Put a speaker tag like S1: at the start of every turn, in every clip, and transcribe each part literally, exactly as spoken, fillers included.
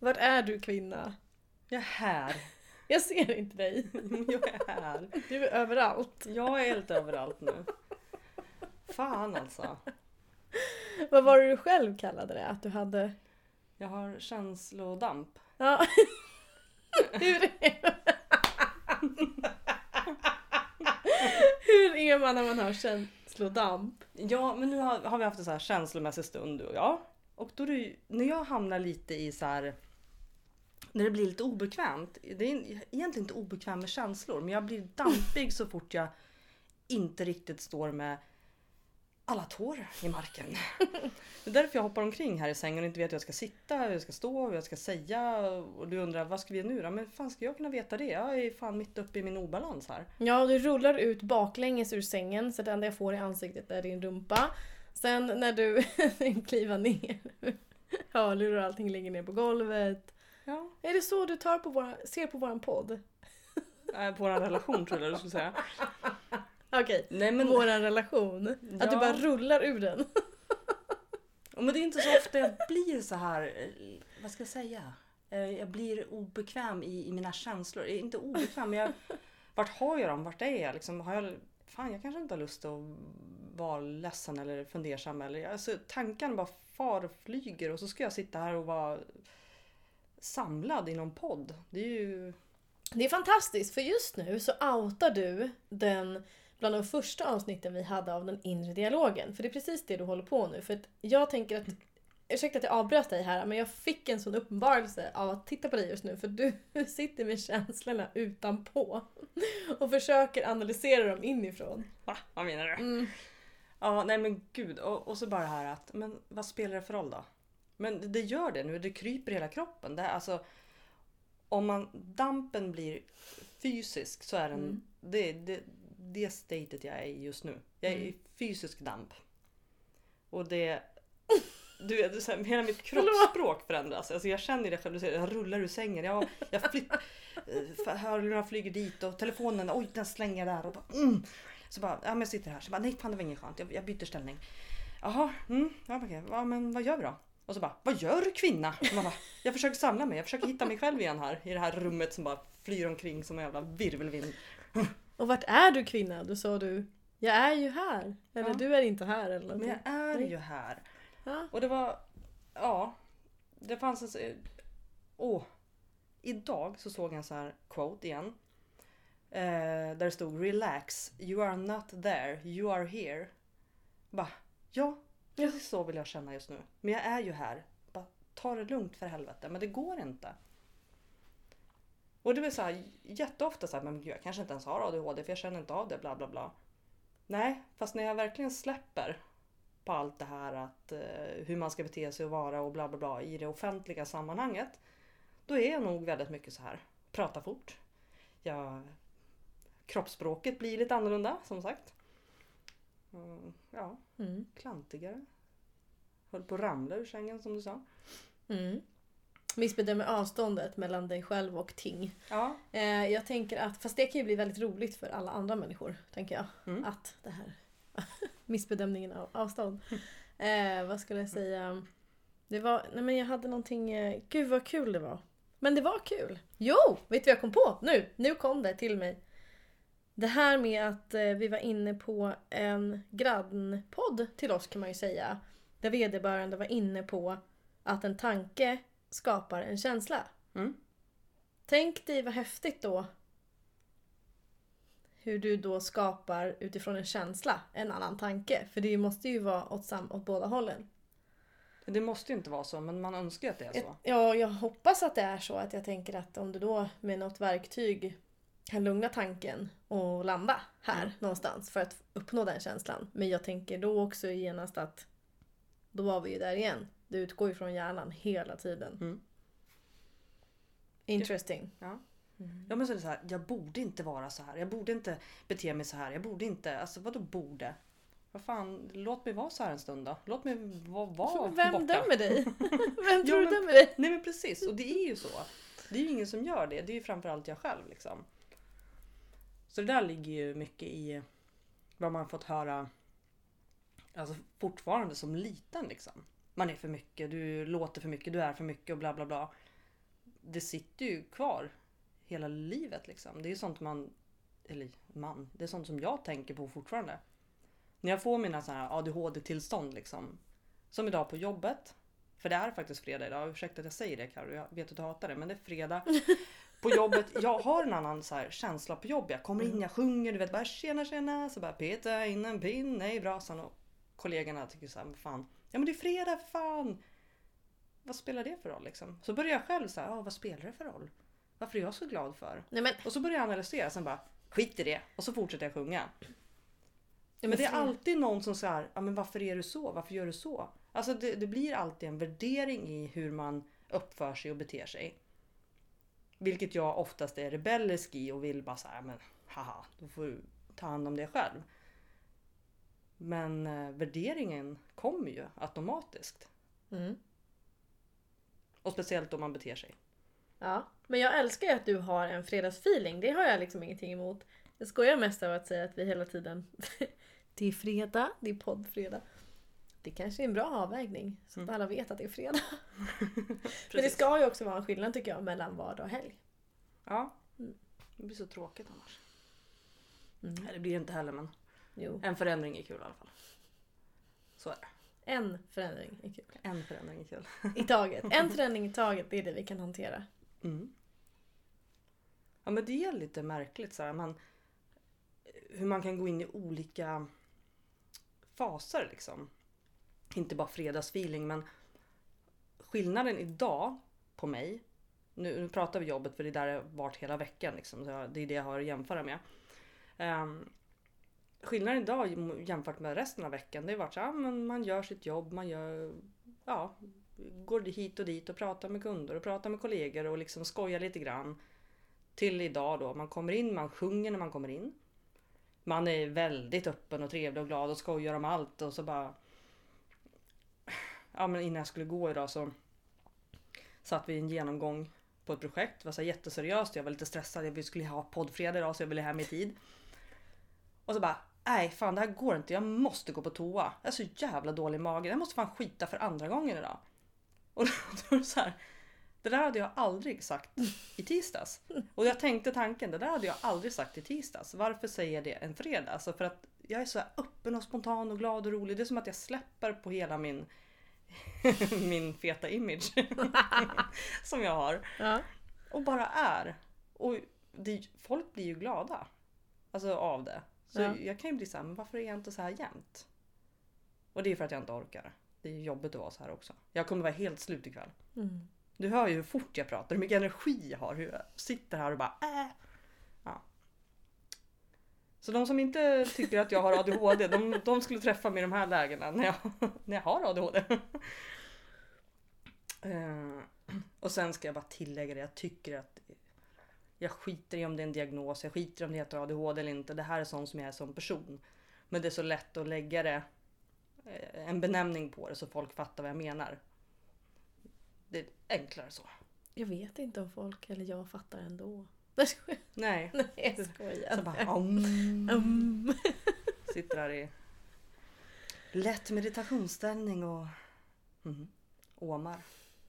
S1: Vart är du, kvinna?
S2: Jag är här.
S1: Jag ser inte dig.
S2: Jag är här.
S1: Du är överallt.
S2: Jag är helt överallt nu. Fan alltså.
S1: Vad var det du själv kallade det? Att du hade...
S2: Jag har känslodamp.
S1: Ja. Hur är... Hur är man när man har känslodamp?
S2: Ja, men nu har, har vi haft en så här känslomässig stund du och jag. Och då är det ju, när jag hamnar lite i så här... När det blir lite obekvämt. Det är egentligen inte obekvämt med känslor. Men jag blir dampig så fort jag inte riktigt står med alla tår i marken. Det är därför jag hoppar omkring här i sängen och inte vet hur jag ska sitta, hur jag ska stå, hur jag ska säga. Och du undrar, vad ska vi nu då? Men fan, ska jag kunna veta det? Jag är fan mitt uppe i min obalans här.
S1: Ja, du rullar ut baklänges ur sängen så det enda jag får i ansiktet är din rumpa. Sen när du kliver ner, hörlurar och allting ligger ner på golvet.
S2: Ja.
S1: Är det så du tar på våra, ser på våran podd?
S2: Äh, på vår relation tror jag du skulle säga.
S1: Okej,
S2: Nej, men...
S1: våran relation.
S2: Ja.
S1: Att du bara rullar ur den.
S2: Men det är inte så ofta jag blir så här, vad ska jag säga? Jag blir obekväm i, i mina känslor. Jag är inte obekväm, men jag, vart har jag dem? Vart är jag? Liksom, har jag? Fan, jag kanske inte har lust att vara ledsen eller fundersam. Eller, alltså, tankarna bara far och flyger och så ska jag sitta här och vara samlad i någon podd. Det är ju...
S1: Det är fantastiskt, för just nu så outar du den bland de första avsnitten vi hade av den inre dialogen. För det är precis det du håller på nu. För att jag tänker att, ursäkta att jag avbröt dig här, men jag fick en sån uppenbarelse av att titta på dig just nu. För du sitter med känslorna utanpå och försöker analysera dem inifrån.
S2: Va? Vad menar du?
S1: Mm.
S2: Ja, nej men gud. Och, och så bara det här att, men vad spelar det för roll då? Men det, det gör det nu, det kryper i hela kroppen. Det är alltså... Om man, dampen blir fysisk så är den, mm. det, det, det statet jag är i just nu. Jag är i mm. fysisk damp. Och det, du vet, så här, hela mitt kroppsspråk förändras. Alltså jag känner det själv, du ser, jag rullar ur sängen. Jag, jag flytt, hörlurarna flyger dit och telefonen, oj den slänger där. Och bara, mm. Så bara, ja men jag sitter här. Så bara, nej fan det var inget skönt, jag, jag byter ställning. Jaha, mm, ja, okej. Ja, men vad gör vi då? Och så bara, vad gör du kvinna? Bara, jag försöker samla mig, jag försöker hitta mig själv igen här. I det här rummet som bara flyr omkring som en jävla virvelvind.
S1: Och vart är du kvinna? Då sa du, jag är ju här. Eller ja. Du är inte här eller någonting.
S2: Men jag är ju här.
S1: Ja.
S2: Och det var, ja. Det fanns en, åh. Idag så såg jag en så här quote igen. Eh, där det stod, relax, you are not there, you are here. Bara, ja. Precis så vill jag känna just nu. Men jag är ju här. Bara ta det lugnt för helvete. Men det går inte. Och det blir så här jätteofta så här, men jag kanske inte ens har A D H D för jag känner inte av det, bla bla bla. Nej, fast när jag verkligen släpper på allt det här att eh, hur man ska bete sig och vara och bla bla bla i det offentliga sammanhanget. Då är jag nog väldigt mycket så här. Prata fort. Jag, kroppsspråket blir lite annorlunda som sagt. Mm, ja, mm. Klantigare. Höll på att ramla ur sängen som du sa.
S1: Mm. Missbedömer avståndet mellan dig själv och ting.
S2: Ja.
S1: Eh, jag tänker att, fast det kan ju bli väldigt roligt för alla andra människor, tänker jag. Mm. Att det här missbedömningen av avstånd. Eh, vad skulle jag säga? Det var, nej men jag hade någonting, eh, gud vad kul det var. Men det var kul. Jo, vet du vad jag kom på? Nu, nu kom det till mig. Det här med att eh, vi var inne på en grannpodd till oss kan man ju säga. Där vederbörande var inne på att en tanke skapar en känsla. Mm. Tänk dig vad häftigt då. Hur du då skapar utifrån en känsla en annan tanke. För det måste ju vara åt, sam- åt båda hållen.
S2: Det måste ju inte vara så, men man önskar att det är så.
S1: Ja, jag hoppas att det är så. Att jag tänker att om du då med något verktyg kan lugna tanken och landa här mm. någonstans för att uppnå den känslan. Men jag tänker då också genast att då var vi ju där igen. Det utgår ju från hjärnan hela tiden. Mm. Interesting.
S2: Ja. Mm. Ja, men så är det så här, jag borde inte vara så här. Jag borde inte bete mig så här. Jag borde inte, alltså vadå borde? Vad fan, låt mig vara så här en stund då. Låt mig vara, vara
S1: Vem
S2: borta.
S1: dömer dig? Vem tror
S2: ja,
S1: du dömer dig?
S2: Nej men precis, och det är ju så. Det är ju ingen som gör det. Det är ju framförallt jag själv liksom. Så det där ligger ju mycket i vad man fått höra alltså fortfarande som liten liksom. Man är för mycket, du låter för mycket, du är för mycket och bla bla bla. det sitter ju kvar hela livet liksom. Det är sånt man, eller man, det är sånt som jag tänker på fortfarande. När jag får mina så här A D H D-tillstånd liksom. Som idag på jobbet. För det är faktiskt fredag idag. Ursäkta att jag säger det, Karo. Jag vet att du hatar det. Men det är fredag. På jobbet. Jag har en annan så här känsla på jobbet. Jag kommer in, jag sjunger. Du vet bara tjena tjena. Så bara peta in en pinne i brasan. Och kollegorna tycker så här. Fan. Ja men det är fredag för fan. Vad spelar det för roll liksom? Så börjar jag själv så här. Ja vad spelar det för roll? Varför är jag så glad för?
S1: Nej, men...
S2: Och så börjar jag analysera. Sen bara skit i det. Och så fortsätter jag sjunga. Ja, men det är alltid någon som säger, ja men varför är du så? Varför gör du så? Alltså det, det blir alltid en värdering i hur man uppför sig och beter sig. Vilket jag oftast är rebellisk i och vill bara säga, men haha, då får du ta hand om det själv. Men eh, värderingen kommer ju automatiskt.
S1: Mm.
S2: Och speciellt om man beter sig.
S1: Ja, men jag älskar ju att du har en fredagsfeeling. Det har jag liksom ingenting emot. Jag skojar mest av att säga att vi hela tiden det är fredag, det är poddfredag. Det kanske är en bra avvägning så att mm. alla vet att det är fredag. Men det ska ju också vara en skillnad tycker jag mellan vardag och helg.
S2: Ja, mm. Det blir så tråkigt annars. Mm. Nej, det blir inte heller men
S1: jo.
S2: En förändring är kul i alla fall. Så är det.
S1: En förändring är kul.
S2: En förändring är kul.
S1: I taget. En förändring i taget, det är det vi kan hantera.
S2: Mm. Ja men det är lite märkligt så här, man, hur man kan gå in i olika faser liksom. Inte bara fredagsfeeling men skillnaden idag på mig, nu, nu pratar vi jobbet för det är där jag varit hela veckan liksom, så det är det jag har att jämföra med. Um, skillnaden idag jämfört med resten av veckan, det har varit så här, men man gör sitt jobb, man gör, ja, går hit och dit och pratar med kunder och pratar med kollegor och liksom skojar lite grann. Till idag då, man kommer in, man sjunger när man kommer in. Man är väldigt öppen och trevlig och glad och skojar om allt och så bara... Ja men innan jag skulle gå idag så satt vi i en genomgång på ett projekt. Det var så jätteseriöst, jag var lite stressad, vi skulle ha poddfredag idag så jag ville hem i tid. Och så bara, nej fan det här går inte, jag måste gå på toa. Jag är så jävla dålig i magen, jag måste fan skita för andra gången idag. Och då, då är det så här... Det där hade jag aldrig sagt i tisdags. Och jag tänkte tanken, det där hade jag aldrig sagt i tisdags. Varför säger jag det en fredag? Alltså för att jag är så här öppen och spontan och glad och rolig. Det är som att jag släpper på hela min, min feta image som jag har.
S1: Ja.
S2: Och bara är. Och det, folk blir ju glada alltså av det. Så ja. Jag kan ju bli så här, men varför är jag inte så här jämt? Och det är för att jag inte orkar. Det är jobbigt att vara så här också. Jag kommer vara helt slut ikväll. Mm. Du hör ju hur fort jag pratar, hur mycket energi jag har, hur jag sitter här och bara äh. Ja. Så de som inte tycker att jag har A D H D, de, de skulle träffa mig i de här lägena när jag, när jag har A D H D. uh, och sen ska jag bara tillägga det, jag tycker att jag skiter i om det är en diagnos, jag skiter i om det heter A D H D eller inte. Det här är sånt som jag är som person. Men det är så lätt att lägga det, en benämning på det så folk fattar vad jag menar. Det är enklare så.
S1: Jag vet inte om folk eller jag fattar ändå.
S2: Nej.
S1: Nej, jag skojar.
S2: Så bara, um, um. Sitter där i lätt meditationsställning och mm, åmar.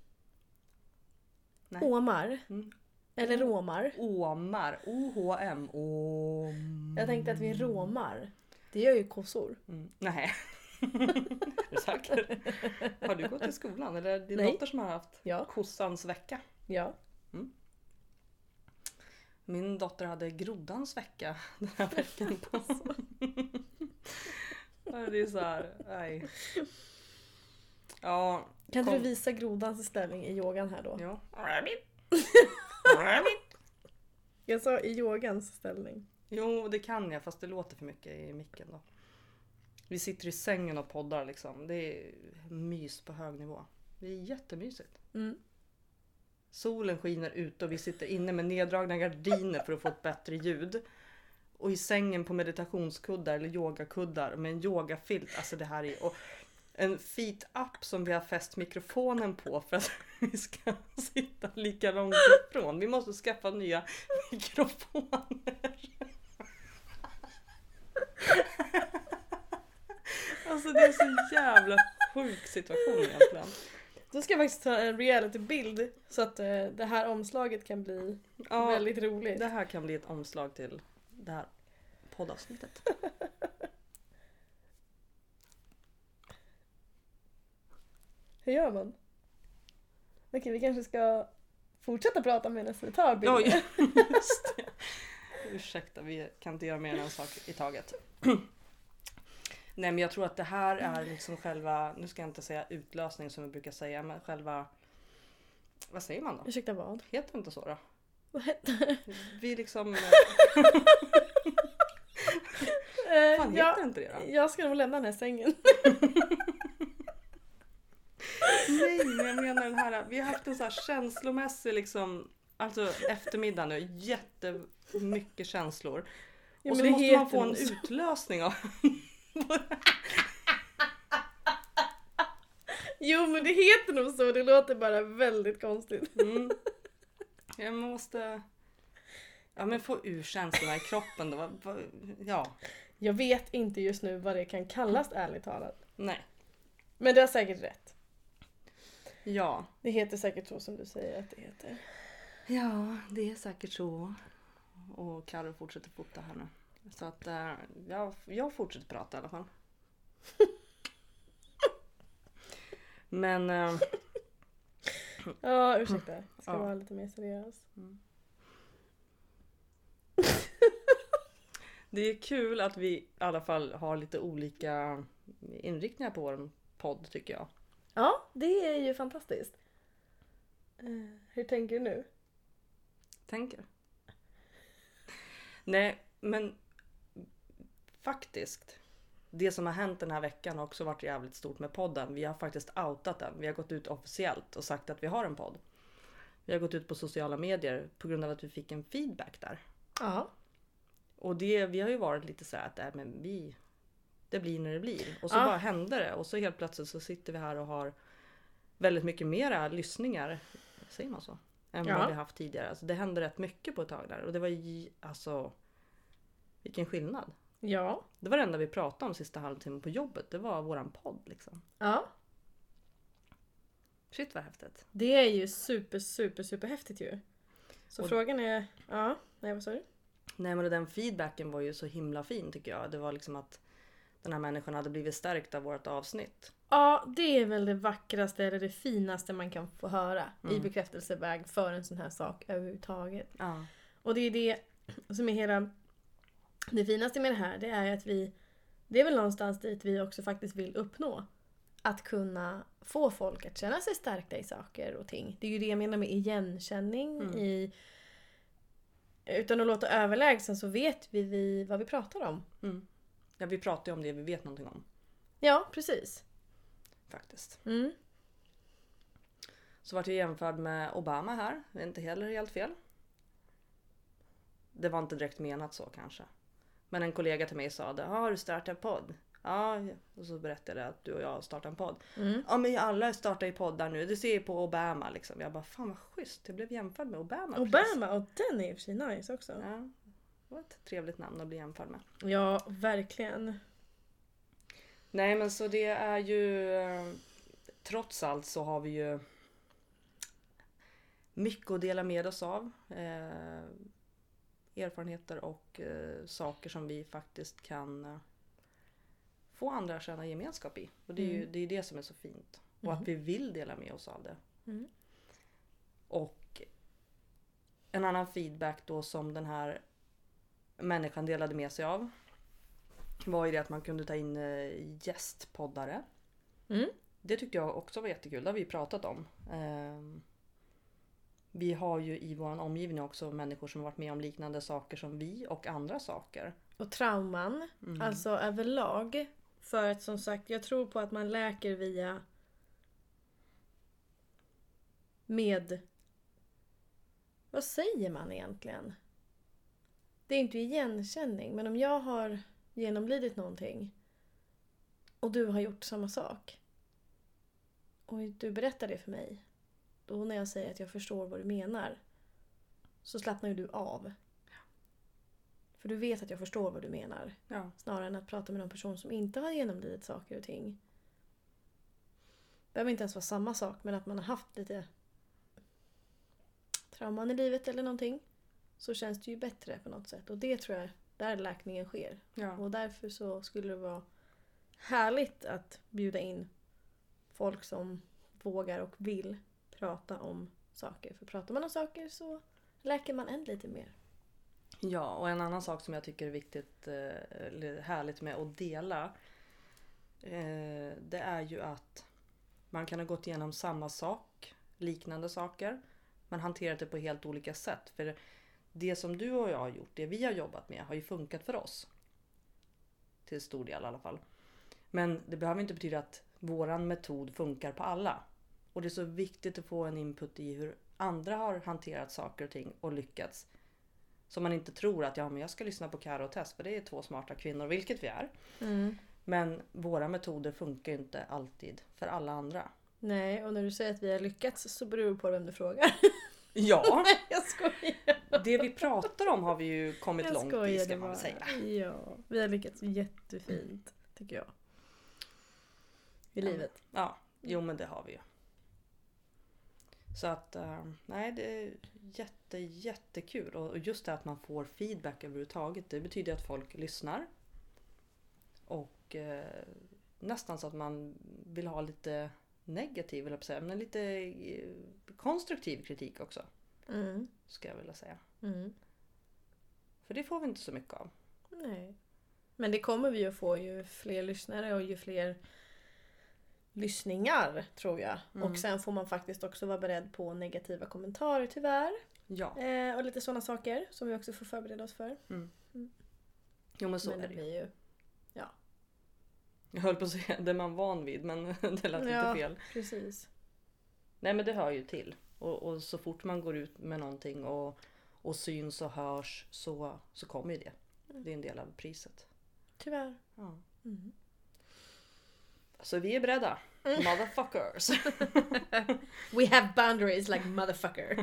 S1: Nej. Åmar? Mm. Eller romar?
S2: Åmar. O H M. Om.
S1: Jag tänkte att vi romar. Det gör ju kossor.
S2: Mm. Nej. Är du säker? Har du gått i skolan? Eller är det din
S1: Nej.
S2: dotter som har haft
S1: ja.
S2: kossans vecka?
S1: Ja.
S2: Mm. Min dotter hade groddans vecka den här veckan på. Det är så här, nej. Ja,
S1: kan kom. Du visa grodans ställning i yogan här då?
S2: Ja.
S1: Jag sa i yogans ställning.
S2: Jo, det kan jag, fast det låter för mycket i micken då. Vi sitter i sängen och poddar liksom. Det är mys på hög nivå. Det är jättemysigt. Mm. Solen skiner ut och vi sitter inne med neddragna gardiner för att få ett bättre ljud. Och i sängen på meditationskuddar eller yogakuddar med en yogafilt. Alltså det här är... Och en feet-app som vi har fäst mikrofonen på för att vi ska sitta lika långt ifrån. Vi måste skaffa nya mikrofoner. Alltså det är så jävla sjuk situation egentligen.
S1: Då ska jag faktiskt ta en realitybild så att eh, det här omslaget kan bli
S2: Ja,
S1: väldigt roligt.
S2: det här kan bli ett omslag till det här poddavsnittet.
S1: Hur gör man? Okej, vi kanske ska fortsätta prata medan vi tar bilden.
S2: Oj, just det. Ursäkta, vi kan inte göra mer än en sak i taget. Nej, men jag tror att det här är liksom själva, nu ska jag inte säga utlösning som vi brukar säga, men själva, vad säger man då?
S1: Ursäkta vad?
S2: Heter det inte så då?
S1: Vad heter det?
S2: Vi liksom...
S1: Eh,
S2: Fan, heter
S1: ja,
S2: det inte det då?
S1: jag ska nog lämna den här sängen.
S2: Nej, men jag menar den här, vi har haft en så här känslomässig liksom, alltså eftermiddag nu, jättemycket känslor.
S1: Ja,
S2: och så
S1: men det
S2: måste man
S1: heter
S2: få en
S1: nog så.
S2: utlösning av...
S1: Jo, men det heter nog så. Det låter bara väldigt konstigt.
S2: Mm. Jag måste... Ja, men få ur känslorna i kroppen då. Ja,
S1: Jag vet inte just nu vad det kan kallas, ärligt talat.
S2: nej.
S1: Men du har säkert rätt.
S2: Ja.
S1: Det heter säkert så som du säger att det heter.
S2: Ja, det är säkert så. Och Karo fortsätter fota här nu. Så att äh, jag, jag fortsätter prata i alla fall. Men... Äh,
S1: Ja, ursäkta. Jag ska
S2: Ja.
S1: vara lite mer seriös.
S2: Mm. Det är kul att vi i alla fall har lite olika inriktningar på vår podd, tycker jag.
S1: Ja, det är ju fantastiskt. Uh, hur tänker du nu?
S2: Tänker. Nej, men faktiskt. Det som har hänt den här veckan har också varit jävligt stort med podden. Vi har faktiskt outat den. Vi har gått ut officiellt och sagt att vi har en podd. Vi har gått ut på sociala medier på grund av att vi fick en feedback där.
S1: Ja.
S2: Och det, vi har ju varit lite så här att äh, men vi, det blir när det blir. Och så
S1: Ja.
S2: bara hände det. Och så helt plötsligt så sitter vi här och har väldigt mycket mera lyssningar. Säger man så? Än
S1: Ja.
S2: vad vi haft tidigare. Alltså det hände rätt mycket på ett tag där. Och det var ju, alltså, vilken skillnad.
S1: Ja.
S2: Det var det enda vi pratade om sista halvtimmen på jobbet. Det var våran podd liksom.
S1: Ja.
S2: Shit vad häftigt.
S1: Det är ju super, super, super häftigt ju. Så
S2: Och-
S1: frågan är... Ja, nej vad sa du?
S2: Nej, men den feedbacken var ju så himla fin tycker jag. Det var liksom att den här människan hade blivit stärkt av vårt avsnitt.
S1: Ja, det är väl det vackraste eller det finaste man kan få höra i
S2: Mm.
S1: bekräftelseväg för en sån här sak överhuvudtaget.
S2: Ja.
S1: Och det är det som är hela... Det finaste med det här, det är att vi... Det är väl någonstans dit vi också faktiskt vill uppnå. Att kunna få folk att känna sig stärkta i saker och ting. Det är ju det jag menar med igenkänning.
S2: Mm.
S1: I, utan att låta överlägsen så vet vi, vi vad vi pratar om.
S2: Mm. Ja, vi pratar ju om det vi vet någonting om.
S1: Ja, precis.
S2: Faktiskt.
S1: Mm.
S2: Så vart jag jämförd med Obama här. Det är inte heller helt fel. Det var inte direkt menat så kanske. Men en kollega till mig sa det. Har du startat en podd? Ja, och så berättade jag att du och jag startat en podd.
S1: Mm.
S2: Ja, men alla startar ju poddar nu. Du ser ju på Obama liksom. Jag bara, fan vad schysst. Jag blev jämförd med Obama. precis.
S1: Obama, och den är i och för sig nice också.
S2: Ja, det var ett trevligt namn att bli jämförd med.
S1: Ja, verkligen.
S2: Nej, men så det är ju... eh, Trots allt så har vi ju mycket att dela med oss av. Eh, erfarenheter och eh, saker som vi faktiskt kan eh, få andra att känna gemenskap i. Och det är ju
S1: Mm.
S2: det, är det som är så fint. Och
S1: Mhm.
S2: att vi vill dela med oss av det.
S1: Mm.
S2: Och en annan feedback då som den här människan delade med sig av var ju det att man kunde ta in eh, gästpoddare.
S1: Mm.
S2: Det tyckte jag också var jättekul. Det har vi pratat om. Ehm, vi har ju i vår omgivning också människor som har varit med om liknande saker som vi och andra saker.
S1: Och trauman,
S2: Mm.
S1: alltså överlag. För att som sagt, jag tror på att man läker via med... Vad säger man egentligen? Det är inte igenkänning, men om jag har genomlidit någonting och du har gjort samma sak och du berättar det för mig, då när jag säger att jag förstår vad du menar så slappnar ju du av. För du vet att jag förstår vad du menar.
S2: Ja.
S1: Snarare än att prata med någon person som inte har genomlidit saker och ting. behöver inte ens vara samma sak, men att man har haft lite trauman i livet eller någonting, så känns det ju bättre på något sätt. Och det tror jag, där läkningen sker.
S2: Ja.
S1: Och därför så skulle det vara härligt att bjuda in folk som vågar och vill prata om saker. För pratar man om saker så läker man än lite mer.
S2: Ja, och en annan sak som jag tycker är viktigt, eller härligt med att dela, eh, det är ju att man kan ha gått igenom samma sak, liknande saker, men hanterat det på helt olika sätt. För det som du och jag har gjort, det vi har jobbat med, har ju funkat för oss. Till stor del i alla fall. Men det behöver inte betyda att våran metod funkar på alla. Och det är så viktigt att få en input i hur andra har hanterat saker och ting och lyckats. Så man inte tror att ja, men jag ska lyssna på Karo och Tess, för det är två smarta kvinnor, vilket vi är.
S1: Mm.
S2: Men våra metoder funkar inte alltid för alla andra.
S1: Nej, och när du säger att vi har lyckats så beror det på vem du frågar.
S2: Ja,
S1: Jag skojar.
S2: det vi pratar om har vi ju kommit
S1: Jag
S2: långt i, ska man väl säga.
S1: Ja, vi har lyckats jättefint, tycker jag. I livet.
S2: Ja, jo men det har vi ju. Så att, uh, nej det är jätte, jättekul. Och just det att man får feedback överhuvudtaget, det betyder att folk lyssnar. Och uh, nästan så att man vill ha lite negativ, eller säga, men lite uh, konstruktiv kritik också.
S1: Mm.
S2: Ska jag vilja säga.
S1: Mm.
S2: För det får vi inte så mycket av.
S1: Nej. Men det kommer vi att få ju fler lyssnare och ju fler lyssningar, tror jag. Mm. Och sen får man faktiskt också vara beredd på negativa kommentarer, tyvärr.
S2: Ja.
S1: Eh, och lite sådana saker som vi också får förbereda oss för.
S2: Mm. Mm. Jo men så
S1: men
S2: är
S1: det
S2: det
S1: blir ju. Ja.
S2: Jag höll på att säga det är man van vid, men det lät
S1: ja,
S2: lite fel.
S1: Precis.
S2: Nej men det hör ju till. Och, och så fort man går ut med någonting och, och syns och hörs så, så kommer ju det. Det är en del av priset.
S1: Tyvärr.
S2: Ja.
S1: Mm.
S2: Så vi är beredda. Mm. Motherfuckers.
S1: We have boundaries like motherfucker.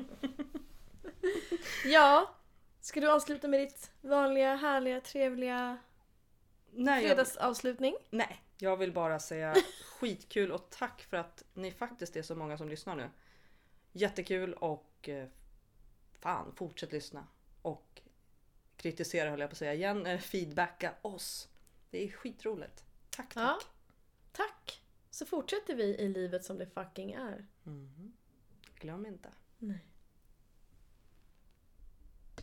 S1: Ja. Ska du avsluta med ditt vanliga, härliga, trevliga
S2: Nej,
S1: fredagsavslutning?
S2: Jag, nej, jag vill bara säga skitkul och tack för att ni faktiskt är så många som lyssnar nu. Jättekul och eh, fan, fortsätt lyssna. Och kritisera, höll jag på att säga igen, eh, feedbacka oss. Det är skitroligt. Tack, tack.
S1: Ja, tack. Så fortsätter vi i livet som det fucking är.
S2: Mm. Glöm inte.
S1: Nej.